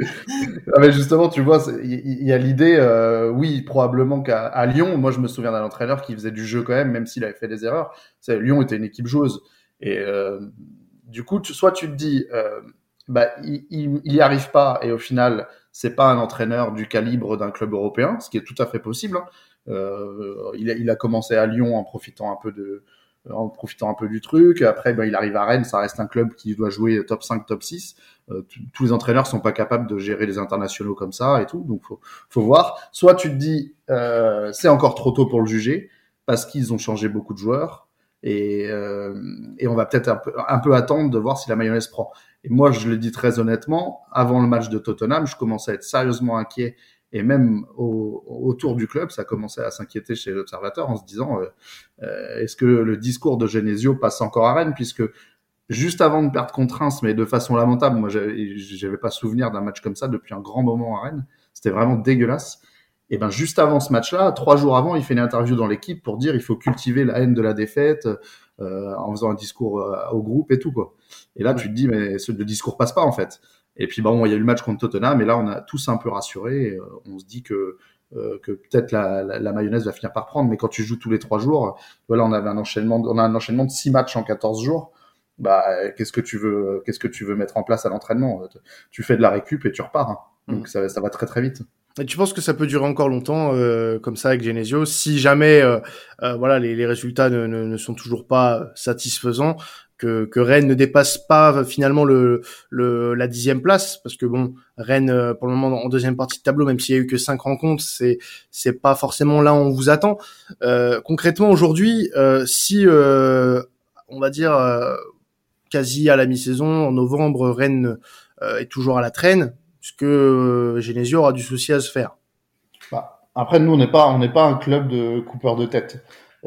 Ah mais justement, tu vois, il y, y a l'idée, euh, oui, probablement qu'à à Lyon, moi je me souviens d'un entraîneur qui faisait du jeu quand même, même s'il avait fait des erreurs. C'est, Lyon était une équipe joueuse. Et euh, du coup, tu, soit tu te dis, euh, bah, il, il, il y arrive pas, et au final, c'est pas un entraîneur du calibre d'un club européen, ce qui est tout à fait possible. Hein. Euh, il, a, il a commencé à Lyon en profitant un peu de, en profitant un peu du truc. Après, ben, il arrive à Rennes, ça reste un club qui doit jouer top cinq, top six. Euh, tous les entraîneurs sont pas capables de gérer les internationaux comme ça et tout, donc faut, faut voir. Soit tu te dis, euh, c'est encore trop tôt pour le juger, parce qu'ils ont changé beaucoup de joueurs, et, euh, et on va peut-être un peu, un peu attendre de voir si la mayonnaise prend. Et moi, je le dis très honnêtement, avant le match de Tottenham, je commençais à être sérieusement inquiet. Et même au, autour du club, ça commençait à s'inquiéter chez l'observateur en se disant euh, euh, est-ce que le discours de Genesio passe encore à Rennes, puisque juste avant de perdre contre Reims, mais de façon lamentable. Moi, j'avais, j'avais pas souvenir d'un match comme ça depuis un grand moment à Rennes. C'était vraiment dégueulasse. Et ben juste avant ce match-là, trois jours avant, il fait une interview dans l'équipe pour dire il faut cultiver la haine de la défaite euh, en faisant un discours euh, au groupe et tout quoi. Et là, ouais. tu te dis mais ce le discours passe pas en fait. Et puis bon, il y a eu le match contre Tottenham, et là on a tous un peu rassuré. Et, euh, on se dit que euh, que peut-être la, la, la mayonnaise va finir par prendre, mais quand tu joues tous les trois jours, voilà, on avait un enchaînement, on a un enchaînement de six matchs en quatorze jours. Bah, qu'est-ce que tu veux, qu'est-ce que tu veux mettre en place à l'entraînement? Tu fais de la récup et tu repars. Hein. Donc mmh. ça, ça va très très vite. Et tu penses que ça peut durer encore longtemps euh, comme ça avec Genesio, si jamais euh, euh, voilà les, les résultats ne, ne, ne sont toujours pas satisfaisants, que, que Rennes ne dépasse pas finalement le, le la dixième place, parce que bon, Rennes pour le moment en deuxième partie de tableau, même s'il y a eu que cinq rencontres, c'est c'est pas forcément là où on vous attend. Euh, concrètement aujourd'hui, euh, si euh, on va dire euh, quasi à la mi-saison, en novembre, Rennes euh, est toujours à la traîne, puisque euh, Genesio aura du souci à se faire. Bah, après, nous, on n'est pas, on n'est pas un club de coupeurs de tête.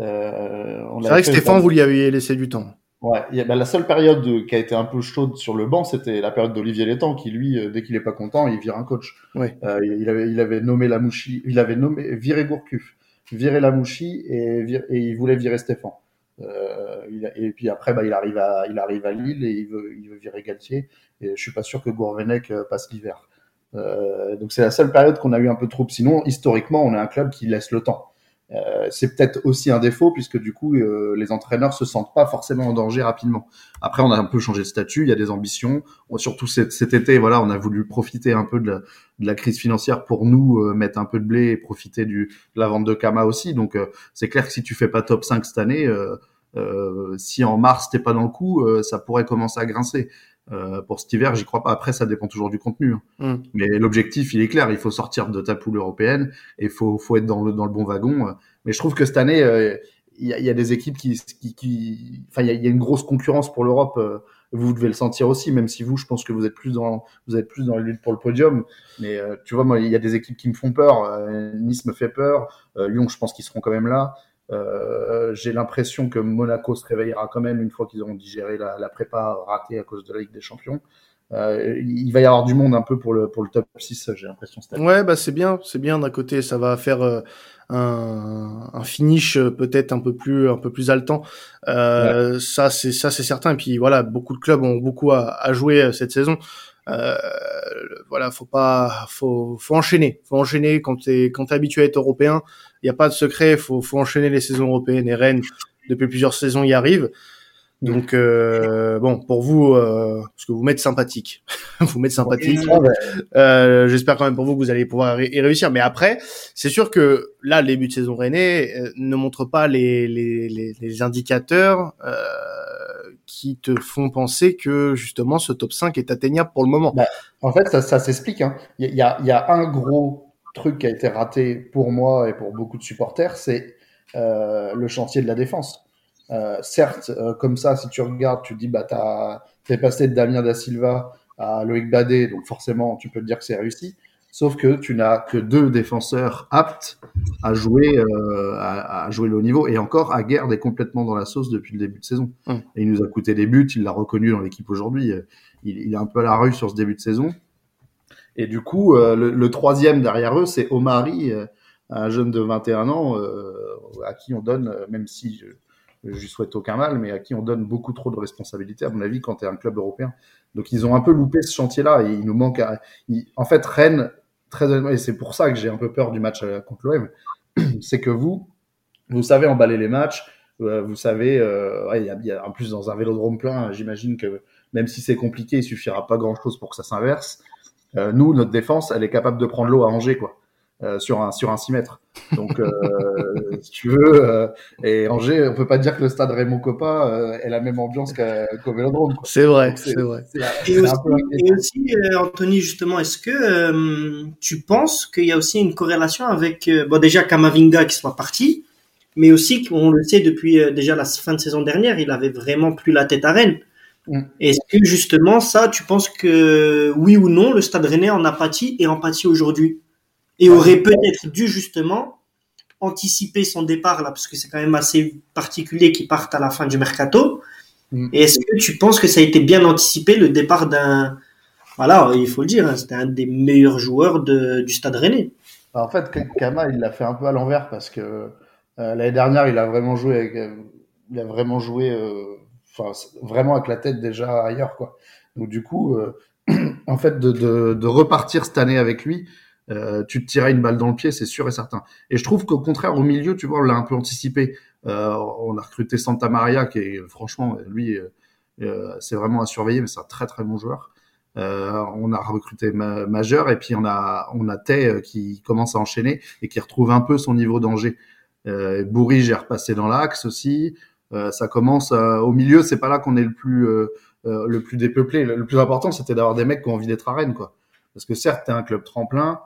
Euh, on c'est vrai que Stéphane, vous lui avez laissé du temps. Ouais, y a, bah, la seule période de, qui a été un peu chaude sur le banc, c'était la période d'Olivier Létang, qui lui, euh, dès qu'il est pas content, il vire un coach. Ouais. Euh, il avait, il avait nommé Lamouchi, il avait nommé viré Gourcuff, viré Lamouchi et, vir, et il voulait virer Stéphane. Euh, il a, et puis après, bah, il arrive à, il arrive à Lille et il veut, il veut virer Galtier. Et je suis pas sûr que Gourvenec passe l'hiver. Euh, donc c'est la seule période qu'on a eu un peu trop. Sinon, historiquement, on est un club qui laisse le temps. Euh, c'est peut-être aussi un défaut puisque du coup, euh, les entraîneurs se sentent pas forcément en danger rapidement. Après, on a un peu changé de statut. Il y a des ambitions. On, surtout cet, cet été, voilà, on a voulu profiter un peu de la, de la crise financière pour nous euh, mettre un peu de blé et profiter du, de la vente de Kama aussi. Donc euh, c'est clair que si tu fais pas top cinq cette année, euh, euh, si en mars t'es pas dans le coup, euh, ça pourrait commencer à grincer. Euh, pour cet hiver, j'y crois pas. Après, ça dépend toujours du contenu. Hein. Mm. Mais l'objectif, il est clair. Il faut sortir de ta poule européenne et faut, faut être dans le, dans le bon wagon. Mais je trouve que cette année, il euh, y, a, y a des équipes qui, qui, qui, enfin, il y a, y a une grosse concurrence pour l'Europe. Euh, vous devez le sentir aussi, même si vous, je pense que vous êtes plus dans, vous êtes plus dans la lutte pour le podium. Mais euh, tu vois, moi, il y a des équipes qui me font peur. Euh, Nice me fait peur. Euh, Lyon, je pense qu'ils seront quand même là. Euh, j'ai l'impression que Monaco se réveillera quand même une fois qu'ils auront digéré la, la prépa ratée à cause de la Ligue des Champions. Euh, il va y avoir du monde un peu pour le pour le top six, j'ai l'impression cette année. Ouais, bah c'est bien, c'est bien d'un côté, ça va faire euh, un, un finish euh, peut-être un peu plus un peu plus haletant. Euh, ouais. Ça c'est ça c'est certain. Et puis voilà, beaucoup de clubs ont beaucoup à, à jouer euh, cette saison. Euh, voilà, faut pas, faut, faut enchaîner, faut enchaîner quand t'es, quand t'es habitué à être européen. Il y a pas de secret, faut, faut enchaîner les saisons européennes. Et Rennes, depuis plusieurs saisons, y arrive. Donc euh, bon, pour vous, euh, parce que vous m'êtes sympathique, vous m'êtes sympathique. Euh, j'espère quand même pour vous que vous allez pouvoir y réussir. Mais après, c'est sûr que là, le début de saison rennais euh, ne montre pas les, les, les, les indicateurs. Euh, qui te font penser que justement ce top cinq est atteignable pour le moment. Bah, en fait, ça, ça s'explique. Hein. Il y a, il y a un gros truc qui a été raté pour moi et pour beaucoup de supporters, c'est euh, le chantier de la défense. Euh, certes, euh, comme ça, si tu regardes, tu te dis, bah, t'as, t'es passé de Damien Da Silva à Loïc Badet, donc forcément, tu peux te dire que c'est réussi. Sauf que tu n'as que deux défenseurs aptes à jouer, euh, à, à jouer le haut niveau. Et encore, Aguerd est complètement dans la sauce depuis le début de saison. Mmh. Et il nous a coûté des buts, il l'a reconnu dans l'équipe aujourd'hui. Il, il est un peu à la rue sur ce début de saison. Et du coup, euh, le, le troisième derrière eux, c'est Omari, euh, un jeune de vingt et un ans, euh, à qui on donne, même si je, je lui souhaite aucun mal, mais à qui on donne beaucoup trop de responsabilités, à mon avis, quand tu es un club européen. Donc, ils ont un peu loupé ce chantier-là. Et il nous manque... À, il, en fait, Rennes... Très honnêtement, et c'est pour ça que j'ai un peu peur du match contre l'O M, c'est que vous, vous savez emballer les matchs, euh, vous savez, euh, ouais, y a, y a, en plus dans un vélodrome plein, j'imagine que même si c'est compliqué, il suffira pas grand-chose pour que ça s'inverse. Euh, nous, notre défense, elle est capable de prendre l'eau à Angers, quoi, euh, sur un sur un six mètres. Donc, euh, si tu veux, euh, et Angers, on peut pas dire que le stade Raymond Kopa euh, ait la même ambiance qu'à, qu'au Vélodrome. Quoi. C'est vrai, c'est, c'est vrai. C'est, c'est, et, aussi, et aussi, euh, Anthony, justement, est-ce que euh, tu penses qu'il y a aussi une corrélation avec, euh, bon, déjà Kamavinga qui soit parti, mais aussi qu'on le sait depuis euh, déjà la fin de saison dernière, il avait vraiment plus la tête à Rennes. Mm. Est-ce que justement ça, tu penses que oui ou non, le Stade Rennais en a pâti et en pâtit aujourd'hui? Et aurait peut-être dû justement anticiper son départ là, parce que c'est quand même assez particulier qu'il parte à la fin du mercato. Mm. Et est-ce que tu penses que ça a été bien anticipé, le départ d'un, voilà, il faut le dire, hein, c'était un des meilleurs joueurs de, du Stade Rennais. En fait, Kama, il l'a fait un peu à l'envers parce que euh, l'année dernière, il a vraiment joué avec, euh, il a vraiment joué, enfin, euh, vraiment avec la tête déjà ailleurs, quoi. Donc du coup, euh, en fait, de, de, de repartir cette année avec lui, euh, tu te tirais une balle dans le pied, c'est sûr et certain. Et je trouve qu'au contraire, au milieu, tu vois, on l'a un peu anticipé. Euh, on a recruté Santa Maria, qui est franchement, lui, euh, c'est vraiment à surveiller, mais c'est un très très bon joueur. Euh, on a recruté ma- Majeur et puis on a on a Tay qui commence à enchaîner et qui retrouve un peu son niveau d'Angers. Euh, Bourige est repassé dans l'axe aussi. Euh, ça commence à, au milieu, c'est pas là qu'on est le plus euh, euh, le plus dépeuplé. Le, le plus important, c'était d'avoir des mecs qui ont envie d'être à Rennes, quoi. Parce que certes, t'es un club tremplin,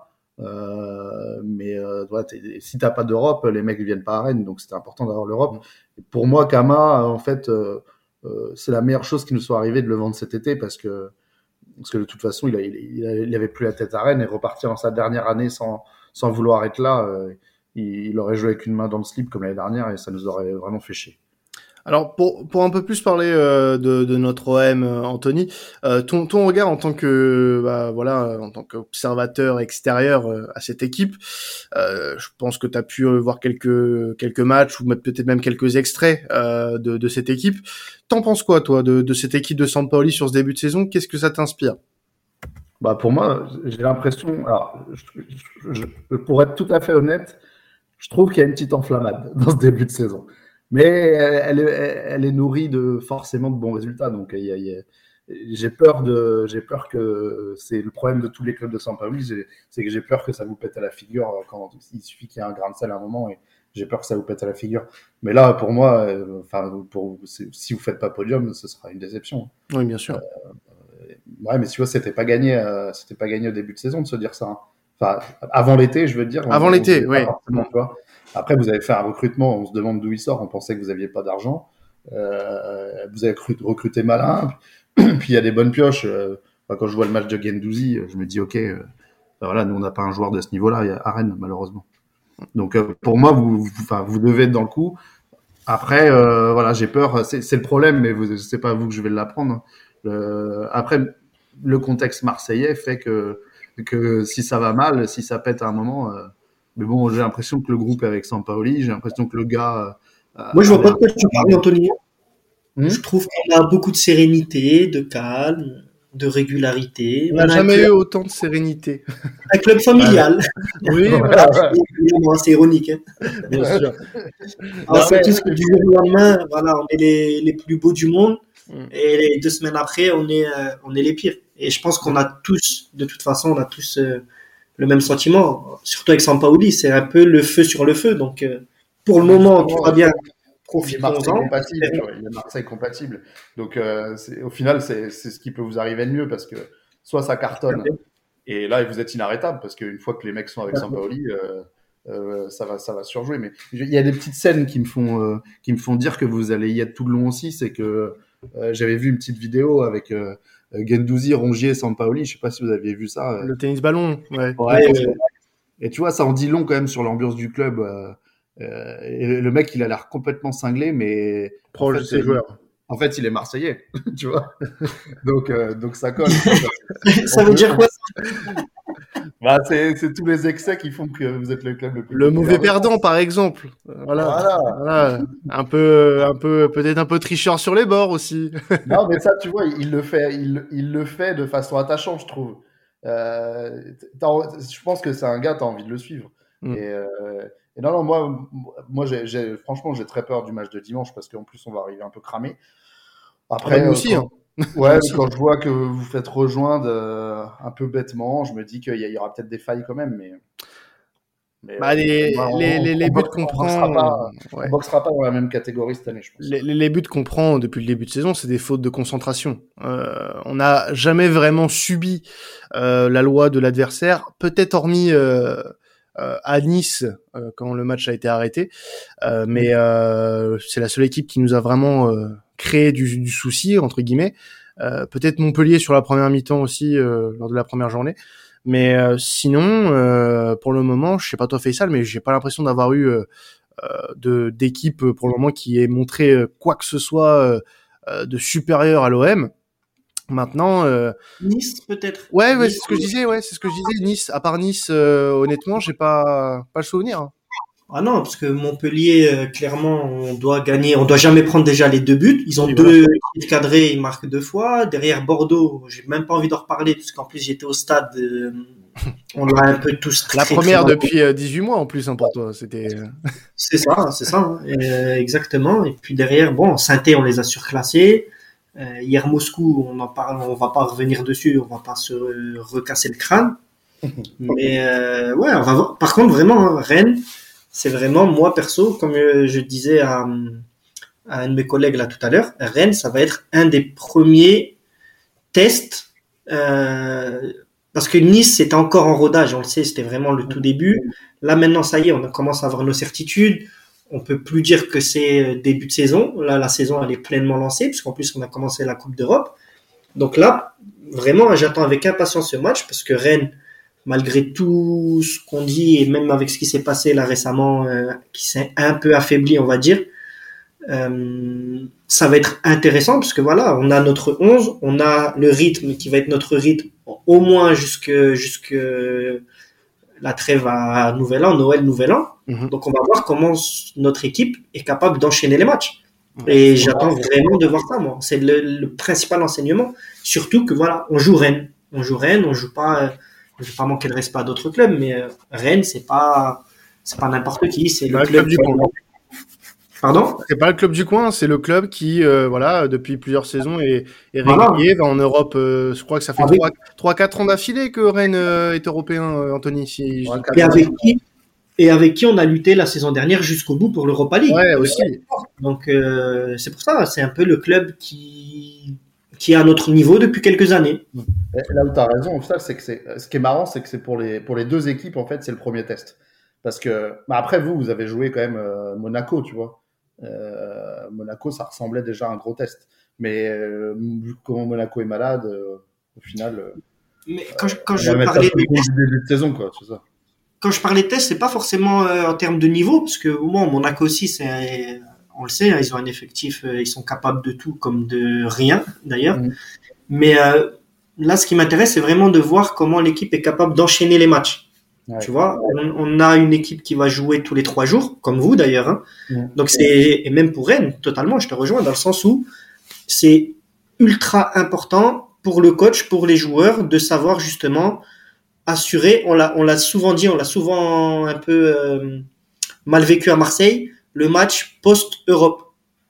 euh, mais euh, ouais, t'es, si t'as pas d'Europe, les mecs ils viennent pas à Rennes, donc c'était important d'avoir l'Europe. Et pour moi, Kama, en fait, euh, euh, c'est la meilleure chose qui nous soit arrivée de le vendre cet été parce que parce que de toute façon, il, a, il, a, il avait plus la tête à Rennes et repartir dans sa dernière année sans, sans vouloir être là, euh, il, il aurait joué avec une main dans le slip comme l'année dernière et ça nous aurait vraiment fait chier. Alors pour pour un peu plus parler euh, de, de notre O M, euh, Anthony, euh, ton ton regard en tant que bah voilà en tant qu'observateur extérieur euh, à cette équipe, euh, je pense que tu as pu voir quelques quelques matchs ou peut-être même quelques extraits euh, de de cette équipe. T'en penses quoi toi de de cette équipe de Sampaoli sur ce début de saison? Qu'est-ce que ça t'inspire? Bah pour moi, j'ai l'impression, alors je, je, je, pour être tout à fait honnête, je trouve qu'il y a une petite enflammade dans ce début de saison. Mais elle, elle, est, elle est nourrie de forcément de bons résultats. Donc, il y a, il y a, j'ai peur de, j'ai peur que c'est le problème de tous les clubs de Sampaoli, c'est que j'ai peur que ça vous pète à la figure quand il suffit qu'il y ait un grain de sel à un moment et j'ai peur que ça vous pète à la figure. Mais là, pour moi, enfin, pour, si vous faites pas podium, ce sera une déception. Oui, bien sûr. Euh, ouais, mais tu vois, c'était pas gagné, euh, c'était pas gagné au début de saison de se dire ça. Hein. Enfin, avant l'été, je veux dire. Avant on, l'été, on oui. Tu vois. Après, vous avez fait un recrutement, on se demande d'où il sort, on pensait que vous aviez pas d'argent. Euh, vous avez recruté malin, puis il y a des bonnes pioches. Euh, quand je vois le match de Guendouzi, je me dis, ok, euh, voilà, nous on n'a pas un joueur de ce niveau-là à Rennes, malheureusement. Donc euh, pour moi, vous, vous, enfin, vous devez être dans le coup. Après, euh, voilà, j'ai peur, c'est, c'est le problème, mais vous, c'est pas vous que je vais l'apprendre. Le, après, le contexte marseillais fait que, que si ça va mal, si ça pète à un moment, euh, mais bon, j'ai l'impression que le groupe est avec Sampaoli, j'ai l'impression que le gars. Euh, Moi, je vois pas de quoi tu parles, Anthony. Hmm? Je trouve qu'on a beaucoup de sérénité, de calme, de régularité. On n'a jamais eu autant de sérénité. Un club familial. Oui, voilà. C'est ironique. Hein. Bien sûr. Alors, c'est tout ce que du jour au lendemain, voilà, on est les, les plus beaux du monde. Mm. Et les deux semaines après, on est, euh, on est les pires. Et je pense qu'on a tous, de toute façon, on a tous euh, le même sentiment. Surtout avec Sampaoli, c'est un peu le feu sur le feu. Donc, euh, pour le moment, tout va bien. Il est Marseille compatible, tu vois, il est Marseille compatible. Donc, euh, c'est, au final, c'est, c'est ce qui peut vous arriver de mieux parce que soit ça cartonne et là, vous êtes inarrêtable parce qu'une fois que les mecs sont avec Sampaoli, euh, euh, ça va, ça va surjouer. Mais il y a des petites scènes qui me font, euh, qui me font dire que vous allez y être tout le long aussi. C'est que euh, j'avais vu une petite vidéo avec euh, Guendouzi, Rongier, Sampaoli. Je sais pas si vous aviez vu ça. Le tennis ballon, ouais. ouais et, et tu vois, ça en dit long quand même sur l'ambiance du club. Euh, Euh, et le mec, il a l'air complètement cinglé, mais proche en fait, de ses joueurs. En fait, il est Marseillais, tu vois. Donc, euh, donc ça colle. Ça veut dire quoi? Bah, c'est, c'est tous les excès qui font que vous êtes le club le plus. Le mauvais perdant, par exemple. Voilà. Voilà. voilà. Un peu, un peu, peut-être un peu tricheur sur les bords aussi. Non, mais ça, tu vois, il le fait, il, il le fait de façon attachante, je trouve. Euh, je pense que c'est un gars, t'as envie de le suivre. Mm. Et, euh, et non, non, moi, moi, j'ai, j'ai, franchement, j'ai très peur du match de dimanche parce qu'en plus, on va arriver un peu cramé. Après, ah, nous aussi, quand, hein. Ouais, aussi. Quand je vois que vous vous faites rejoindre euh, un peu bêtement, je me dis qu'il y, y aura peut-être des failles quand même, mais. mais bah, les, on, les, les, les buts qu'on prend. On ne ouais. boxera pas dans la même catégorie cette année, je pense. Les, les buts qu'on prend depuis le début de saison, c'est des fautes de concentration. Euh, on n'a jamais vraiment subi euh, la loi de l'adversaire, peut-être hormis. Euh, Euh, à Nice euh, quand le match a été arrêté, euh, mais euh, c'est la seule équipe qui nous a vraiment euh, créé du, du souci entre guillemets. Euh, peut-être Montpellier sur la première mi-temps aussi euh, lors de la première journée, mais euh, sinon euh, pour le moment, je sais pas toi Faisal, mais j'ai pas l'impression d'avoir eu euh, de d'équipe pour le moment qui ait montré quoi que ce soit euh, euh, de supérieur à l'O M. Maintenant, euh... Nice peut-être. Ouais, ouais, Nice. c'est ce que je disais. Ouais, c'est ce que je disais. Nice, à part Nice, euh, honnêtement, j'ai pas pas le souvenir. Ah non, parce que Montpellier, euh, clairement, on doit gagner, on doit jamais prendre déjà les deux buts. Ils ont Oui, deux voilà. cadrés, ils marquent deux fois. Derrière Bordeaux, j'ai même pas envie d'en reparler parce qu'en plus j'étais au stade, euh, on l'a un peu tous. Très, La très, première très depuis euh, dix-huit mois en plus hein, pour toi, c'était. C'est ça, c'est ça, hein. euh, exactement. Et puis derrière, bon, Saint-Étienne, on les a surclassés. Euh, hier Moscou, on en parle, on va pas revenir dessus, on va pas se euh, recasser le crâne. Mais euh, ouais, on va voir. Par contre, vraiment, hein, Rennes. C'est vraiment, moi, perso, comme je disais à, à un de mes collègues là tout à l'heure, Rennes, ça va être un des premiers tests, euh, parce que Nice, c'était encore en rodage, on le sait, c'était vraiment le tout début. Là, maintenant, ça y est, on commence à avoir nos certitudes. On peut plus dire que c'est début de saison. Là, la saison, elle est pleinement lancée, puisqu'en plus, on a commencé la Coupe d'Europe. Donc là, vraiment, j'attends avec impatience ce match, parce que Rennes, malgré tout ce qu'on dit et même avec ce qui s'est passé là récemment, euh, qui s'est un peu affaibli, on va dire, euh, ça va être intéressant parce que voilà, on a notre onze, on a le rythme qui va être notre rythme au moins jusque jusque la trêve à Nouvel An, Noël, Nouvel An. Mm-hmm. Donc on va voir comment notre équipe est capable d'enchaîner les matchs. Et j'attends vraiment de voir ça, moi. C'est le, le principal enseignement. Surtout que voilà, on joue Rennes, on joue Rennes, on joue pas. Euh, Je vais pas manquer de respect à d'autres clubs, mais euh, Rennes, c'est pas, c'est pas n'importe qui, c'est le, le club, club du coin. Pardon ? C'est pas le club du coin, c'est le club qui, euh, voilà, depuis plusieurs saisons est, est régulier. Voilà. Va en Europe, euh, je crois que ça fait trois quatre ans d'affilée que Rennes euh, est européen, euh, Anthony. Si ouais, et, avec qui, et avec qui on a lutté la saison dernière jusqu'au bout pour l'Europa League. Ouais, aussi. Donc, euh, c'est pour ça, c'est un peu le club qui, qui est à notre niveau depuis quelques années. Là où tu as raison, ça, c'est que c'est, ce qui est marrant, c'est que c'est pour les, pour les deux équipes, en fait, c'est le premier test. Parce que, bah après, vous, vous avez joué quand même euh, Monaco, tu vois. Euh, Monaco, ça ressemblait déjà à un gros test. Mais euh, vu comment Monaco est malade, euh, au final. Euh, Mais quand je, quand je parlais de début de saison, quoi, c'est ça. Quand je parlais de test, c'est pas forcément euh, en termes de niveau, parce que au moins Monaco aussi, c'est, on le sait, hein, ils ont un effectif, euh, ils sont capables de tout comme de rien, d'ailleurs. Mmh. Mais euh, là, ce qui m'intéresse, c'est vraiment de voir comment l'équipe est capable d'enchaîner les matchs. Ouais. Tu vois, on, on a une équipe qui va jouer tous les trois jours, comme vous d'ailleurs. Hein. Ouais. Donc c'est, et même pour Rennes, totalement, je te rejoins dans le sens où c'est ultra important pour le coach, pour les joueurs, de savoir justement assurer. On l'a, on l'a souvent dit, on l'a souvent un peu euh, mal vécu à Marseille, le match post-Europe.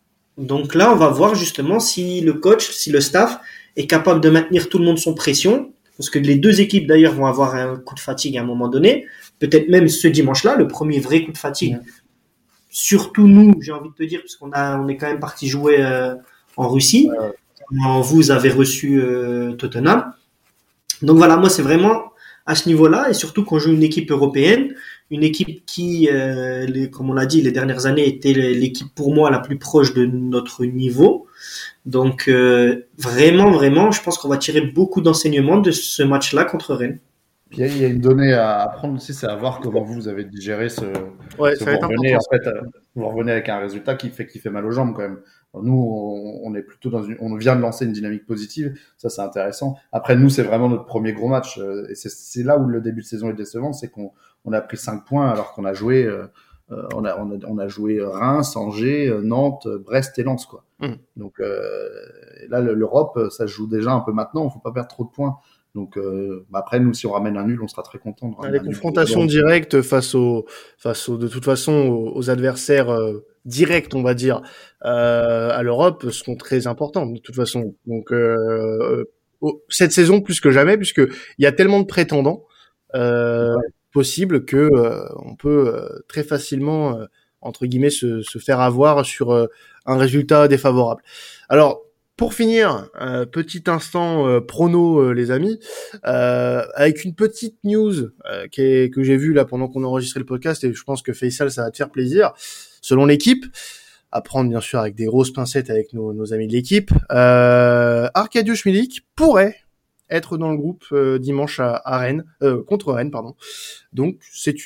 Donc là, on va voir justement si le coach, si le staff est capable de maintenir tout le monde sous pression. Parce que les deux équipes, d'ailleurs, vont avoir un coup de fatigue à un moment donné. Peut-être même ce dimanche-là, le premier vrai coup de fatigue. Ouais. Surtout nous, j'ai envie de te dire, parce qu'on a, on est quand même parti jouer euh, en Russie. Ouais. Vous avez reçu euh, Tottenham. Donc voilà, moi, c'est vraiment à ce niveau-là. Et surtout qu'on joue une équipe européenne. Une équipe qui, euh, les, comme on l'a dit, les dernières années, était l'équipe pour moi la plus proche de notre niveau. Donc euh, vraiment, vraiment, je pense qu'on va tirer beaucoup d'enseignements de ce match-là contre Rennes. Puis il y a une donnée à prendre aussi, c'est à voir comment vous, vous avez digéré ce. Ouais, ce ça va être revenez, important. En fait, vous revenez avec un résultat qui fait qui fait mal aux jambes quand même. Alors nous, on, on est plutôt dans une, on vient de lancer une dynamique positive, ça c'est intéressant. Après nous, c'est vraiment notre premier gros match, et c'est, c'est là où le début de saison est décevant, c'est qu'on on a pris cinq points alors qu'on a joué. Euh, Euh, on, a, on, a, on a joué Reims, Angers, Nantes, Brest et Lens, quoi. Mmh. Donc euh, là, l'Europe, ça se joue déjà un peu maintenant. Il ne faut pas perdre trop de points. Donc euh, bah après, nous, si on ramène un nul, on sera très content. Les confrontations directes face aux, face aux, de toute façon, aux, aux adversaires euh, directs, on va dire, euh, à l'Europe, seront très importantes de toute façon. Donc euh, cette saison plus que jamais, puisque il y a tellement de prétendants. Euh, ouais. Possible que euh, on peut euh, très facilement euh, entre guillemets se, se faire avoir sur euh, un résultat défavorable. Alors pour finir, euh, petit instant euh, prono euh, les amis, euh, avec une petite news euh, qui est, que j'ai vue là pendant qu'on enregistrait le podcast et je pense que Faisal ça va te faire plaisir. Selon l'équipe, à prendre bien sûr avec des grosses pincettes avec nos, nos amis de l'équipe, euh, Arkadiusz Milik pourrait être dans le groupe euh, dimanche à, à Rennes, euh, contre Rennes, pardon. Donc c'est une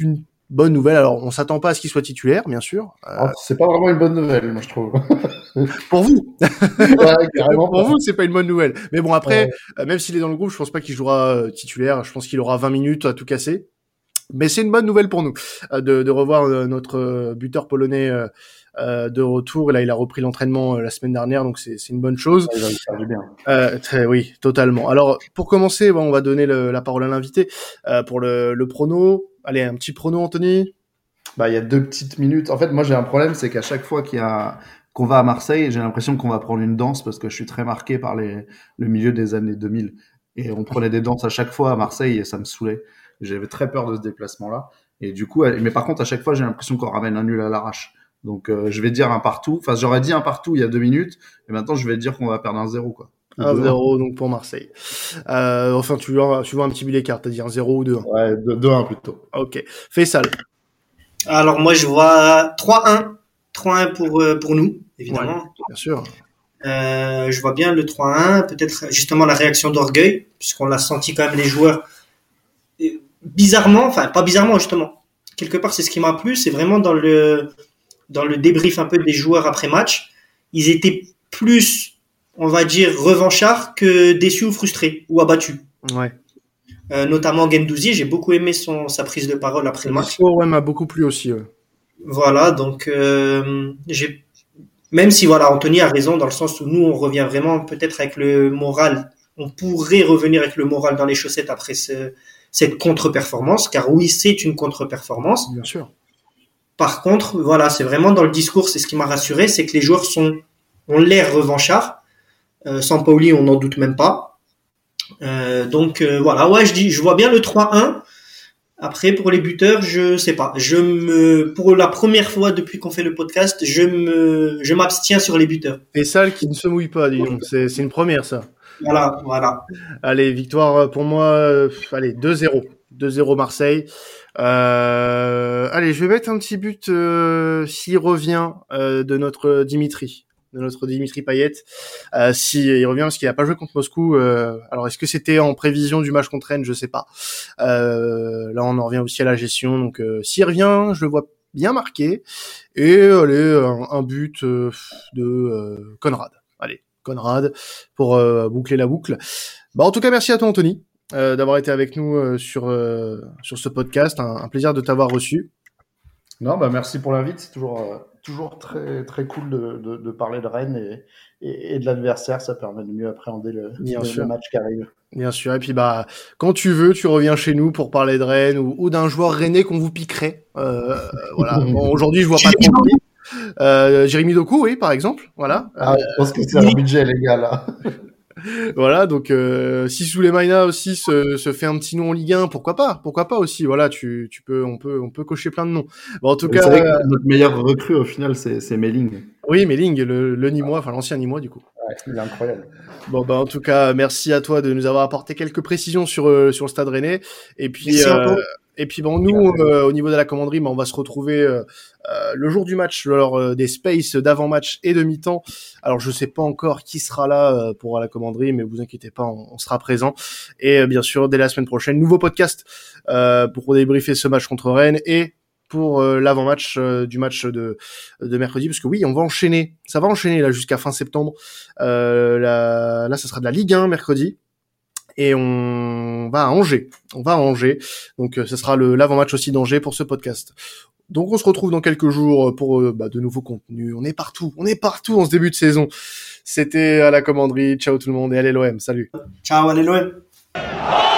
bonne nouvelle. Alors, on s'attend pas à ce qu'il soit titulaire, bien sûr. Euh... Oh, c'est pas vraiment une bonne nouvelle, moi je trouve. Pour vous, ouais, carrément. Pour vous, c'est pas une bonne nouvelle. Mais bon, après, ouais. euh, même s'il est dans le groupe, je pense pas qu'il jouera euh, titulaire. Je pense qu'il aura vingt minutes à tout casser. Mais c'est une bonne nouvelle pour nous euh, de, de revoir euh, notre euh, buteur polonais euh, euh, de retour. Et là, il a repris l'entraînement euh, la semaine dernière, donc c'est, c'est une bonne chose. Ouais, il va lui faire du bien. Euh, très, oui, totalement. Alors, pour commencer, bon, on va donner le, la parole à l'invité euh, pour le, le prono. Allez, un petit prono, Anthony. Bah, il y a deux petites minutes. En fait, moi, j'ai un problème, c'est qu'à chaque fois qu'il y a qu'on va à Marseille, j'ai l'impression qu'on va prendre une danse parce que je suis très marqué par les le milieu des années deux mille. Et on prenait des danses à chaque fois à Marseille et ça me saoulait. J'avais très peur de ce déplacement-là. Et du coup, mais par contre, à chaque fois, j'ai l'impression qu'on ramène un nul à l'arrache. Donc, euh, je vais dire un partout. Enfin, j'aurais dit un partout il y a deux minutes. Et maintenant, je vais dire qu'on va perdre un zéro, quoi. un zéro, donc pour Marseille. Euh, enfin, tu vois, tu vois un petit but d'écart. T'as dit un zéro ou deux un? Ouais, deux un plutôt. Ok. Faisal. Alors, moi, je vois trois un. trois un pour, euh, pour nous, évidemment. Ouais, bien sûr. Euh, je vois bien le trois un. Peut-être justement la réaction d'orgueil, puisqu'on l'a senti quand même les joueurs. Et bizarrement, enfin, pas bizarrement, justement. Quelque part, c'est ce qui m'a plu. C'est vraiment dans le, dans le débrief un peu des joueurs après match. Ils étaient plus, on va dire, revanchards que déçus ou frustrés ou abattus. Ouais. Euh, notamment Guendouzi, j'ai beaucoup aimé son sa prise de parole après le match. Ouais, m'a beaucoup plu aussi. Ouais. Voilà, donc euh, j'ai même si voilà, Anthony a raison dans le sens où nous on revient vraiment peut-être avec le moral, on pourrait revenir avec le moral dans les chaussettes après ce, cette contre-performance, car oui, c'est une contre-performance. Bien sûr. Par contre, voilà, c'est vraiment dans le discours, c'est ce qui m'a rassuré, c'est que les joueurs sont ont l'air revanchards. Euh, Sampaoli, on n'en doute même pas. Euh, donc euh, voilà, ouais, je dis, je vois bien le trois un. Après, pour les buteurs, je sais pas. Je me, pour la première fois depuis qu'on fait le podcast, je me, je m'abstiens sur les buteurs. Faisal qui ne se mouille pas, dis donc. C'est, c'est une première, ça. Voilà, voilà. Allez, victoire pour moi. Euh, allez, deux zéro. deux zéro Marseille. Euh, allez, je vais mettre un petit but euh, s'il revient euh, de notre Dimitri. de notre Dimitri Payet, euh, si il revient parce qu'il a pas joué contre Moscou. Euh, alors est-ce que c'était en prévision du match contre Rennes, je sais pas. Euh, là on en revient aussi à la gestion, donc euh, s'il revient, je le vois bien marqué et allez un, un but euh, de euh, Conrad. Allez, Conrad pour euh, boucler la boucle. Bah en tout cas merci à toi Anthony euh, d'avoir été avec nous euh, sur euh, sur ce podcast. Un, un plaisir de t'avoir reçu. Non, bah merci pour l'invite. C'est toujours euh, toujours très très cool de, de, de parler de Rennes et, et, et de l'adversaire. Ça permet de mieux appréhender le, Bien le, sûr. le match qui arrive. Bien sûr. Et puis bah quand tu veux, tu reviens chez nous pour parler de Rennes ou, ou d'un joueur rennais qu'on vous piquerait. Euh, voilà. Bon, aujourd'hui, je vois pas trop. Euh, Jérémy Doku, oui, par exemple. Voilà. Ah, euh, je pense que c'est un budget, les gars là. Voilà, donc euh, si Souleymana aussi se, se fait un petit nom en Ligue un, pourquoi pas, pourquoi pas aussi. Voilà, tu, tu peux, on peut, on peut cocher plein de noms. Bon, en tout Vous cas, savez que notre meilleur recrue au final, c'est, c'est Melling. Oui, Melling, le, le Nîmois, enfin l'ancien Nîmois du coup. Ouais, il est incroyable. Bon, bah en tout cas, merci à toi de nous avoir apporté quelques précisions sur euh, sur le Stade Rennais. Et puis, euh, et puis bon, nous, euh, au niveau de la commanderie, bah, on va se retrouver euh, euh, le jour du match, lors euh, des spaces d'avant-match et de mi-temps. Alors, je sais pas encore qui sera là euh, pour la commanderie, mais vous inquiétez pas, on, on sera présent. Et euh, bien sûr, dès la semaine prochaine, nouveau podcast euh, pour débriefer ce match contre Rennes et pour euh, l'avant-match euh, du match de de mercredi, parce que oui, on va enchaîner, ça va enchaîner là jusqu'à fin septembre. Euh, là, là, ça sera de la Ligue un mercredi. Et on va à Angers. On va à Angers. Donc, euh, ce sera le l'avant-match aussi d'Angers pour ce podcast. Donc, on se retrouve dans quelques jours pour euh, bah, de nouveaux contenus. On est partout. On est partout en ce début de saison. C'était à la commanderie. Ciao tout le monde et allez l'O M. Salut. Ciao, allez l'O M.